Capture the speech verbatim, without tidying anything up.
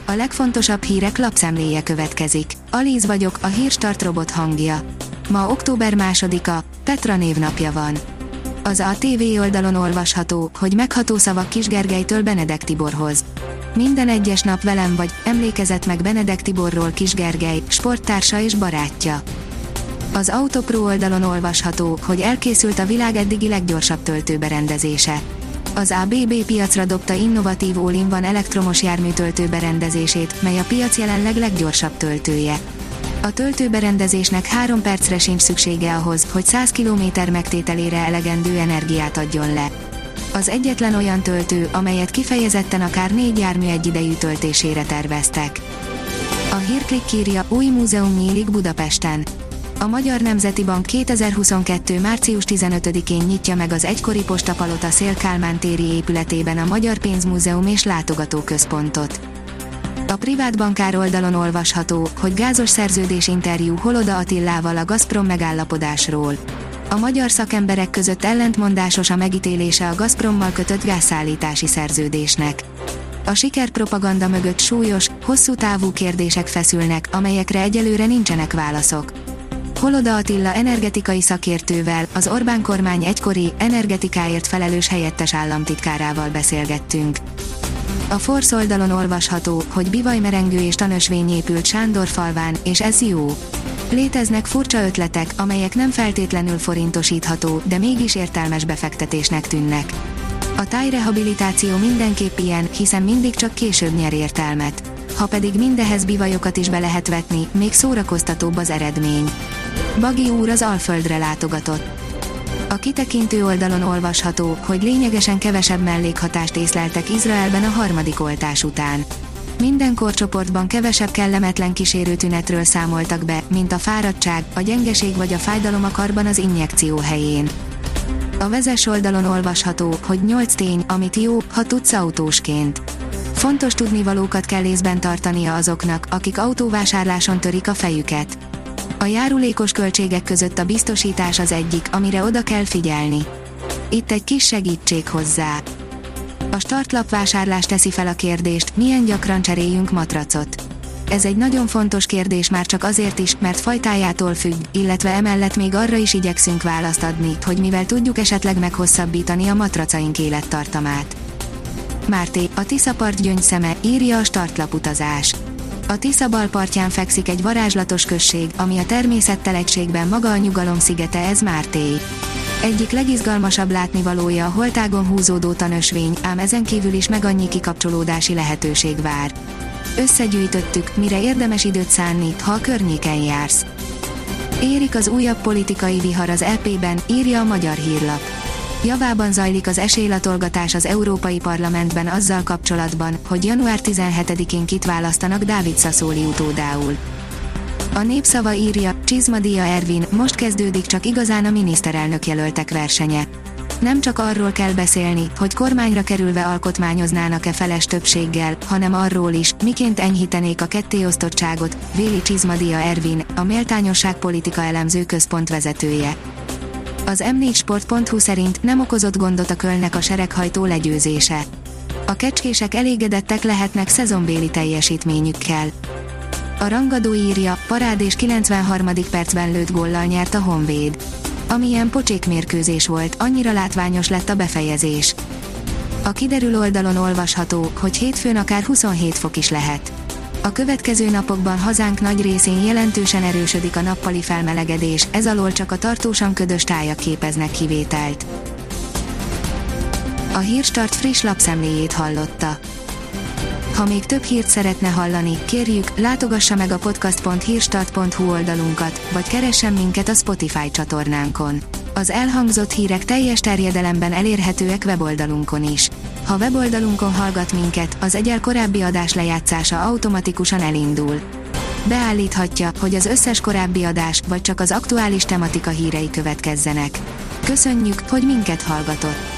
A legfontosabb hírek lapszemléje következik. Alíz vagyok, a Hírstart robot hangja. Ma október másodika, Petra névnapja van. Az á té vé oldalon olvasható, hogy megható szavak Kis Gergelytől Benedek Tiborhoz. Minden egyes nap velem vagy, emlékezett meg Benedek Tiborról Kis Gergely, sporttársa és barátja. Az Autopro oldalon olvasható, hogy elkészült a világ eddigi leggyorsabb töltőberendezése. Az á bé bé piacra dobta innovatív all-in-one elektromos jármű töltőberendezését, mely a piac jelenleg leggyorsabb töltője. A töltőberendezésnek három percre sincs szüksége ahhoz, hogy száz kilométer megtételére elegendő energiát adjon le. Az egyetlen olyan töltő, amelyet kifejezetten akár négy jármű egyidejű töltésére terveztek. A Hírklikk írja, új múzeum nyílik Budapesten. A Magyar Nemzeti Bank kétezer-huszonkettő. március tizenötödikén nyitja meg az egykori Postapalota Széll Kálmán téri épületében a Magyar Pénzmúzeum és Látogatóközpontot. A privát bankár oldalon olvasható, hogy gázos szerződés interjú Holoda Attilával a Gazprom megállapodásról. A magyar szakemberek között ellentmondásos a megítélése a Gazprommal kötött gázszállítási szerződésnek. A sikerpropaganda mögött súlyos, hosszú távú kérdések feszülnek, amelyekre egyelőre nincsenek válaszok. Holoda Attila energetikai szakértővel, az Orbán kormány egykori, energetikáért felelős helyettes államtitkárával beszélgettünk. A Force oldalon olvasható, hogy bivajmerengő és tanösvény épült Sándorfalván, és ez jó. Léteznek furcsa ötletek, amelyek nem feltétlenül forintosítható, de mégis értelmes befektetésnek tűnnek. A tájrehabilitáció mindenképp ilyen, hiszen mindig csak később nyer értelmet. Ha pedig mindehez bivajokat is be lehet vetni, még szórakoztatóbb az eredmény. Bagi úr az Alföldre látogatott. A kitekintő oldalon olvasható, hogy lényegesen kevesebb mellékhatást észleltek Izraelben a harmadik oltás után. Minden korcsoportban kevesebb kellemetlen kísérőtünetről számoltak be, mint a fáradtság, a gyengeség vagy a fájdalom a karban az injekció helyén. A Vezes oldalon olvasható, hogy nyolc tény, amit jó, ha tudsz autósként. Fontos tudnivalókat kell észben tartania azoknak, akik autóvásárláson törik a fejüket. A járulékos költségek között a biztosítás az egyik, amire oda kell figyelni. Itt egy kis segítség hozzá. A startlap vásárlás teszi fel a kérdést, milyen gyakran cseréljünk matracot. Ez egy nagyon fontos kérdés már csak azért is, mert fajtájától függ, illetve emellett még arra is igyekszünk választ adni, hogy mivel tudjuk esetleg meghosszabbítani a matracaink élettartamát. Márté, a Tiszapart gyöngyszeme, írja a Startlap utazás. A Tisza bal partján fekszik egy varázslatos község, ami a természettel egységben maga a nyugalom szigete, ez Márté. Egyik legizgalmasabb látnivalója a holtágon húzódó tanösvény, ám ezen kívül is meg annyi kikapcsolódási lehetőség vár. Összegyűjtöttük, mire érdemes időt szánni, ha a környéken jársz. Érik az újabb politikai vihar az é pében, írja a Magyar Hírlap. Javában zajlik az esélylatolgatás az Európai Parlamentben azzal kapcsolatban, hogy január tizenhetedikén kit választanak Dávid Sassoli utódául. A Népszava írja, Csizmadia Ervin, most kezdődik csak igazán a miniszterelnök jelöltek versenye. Nem csak arról kell beszélni, hogy kormányra kerülve alkotmányoznának-e feles többséggel, hanem arról is, miként enyhítenék a kettéosztottságot, véli Csizmadia Ervin, a Méltányosságpolitika elemző központ vezetője. Az em négy sport pont hu szerint nem okozott gondot a Kölnnek a sereghajtó legyőzése. A kecskések elégedettek lehetnek szezonbéli teljesítményükkel. A rangadó írja, parád és kilencvenharmadik percben lőtt góllal nyert a Honvéd. Amilyen pocsék mérkőzés volt, annyira látványos lett a befejezés. A kiderül oldalon olvasható, hogy hétfőn akár huszonhét fok is lehet. A következő napokban hazánk nagy részén jelentősen erősödik a nappali felmelegedés, ez alól csak a tartósan ködös tájak képeznek kivételt. A Hírstart friss lapszemléjét hallotta. Ha még több hírt szeretne hallani, kérjük, látogassa meg a podcast pont hírstart pont hu oldalunkat, vagy keressen minket a Spotify csatornánkon. Az elhangzott hírek teljes terjedelemben elérhetőek weboldalunkon is. Ha weboldalunkon hallgat minket, az egyel korábbi adás lejátszása automatikusan elindul. Beállíthatja, hogy az összes korábbi adás, vagy csak az aktuális tematika hírei következzenek. Köszönjük, hogy minket hallgatott!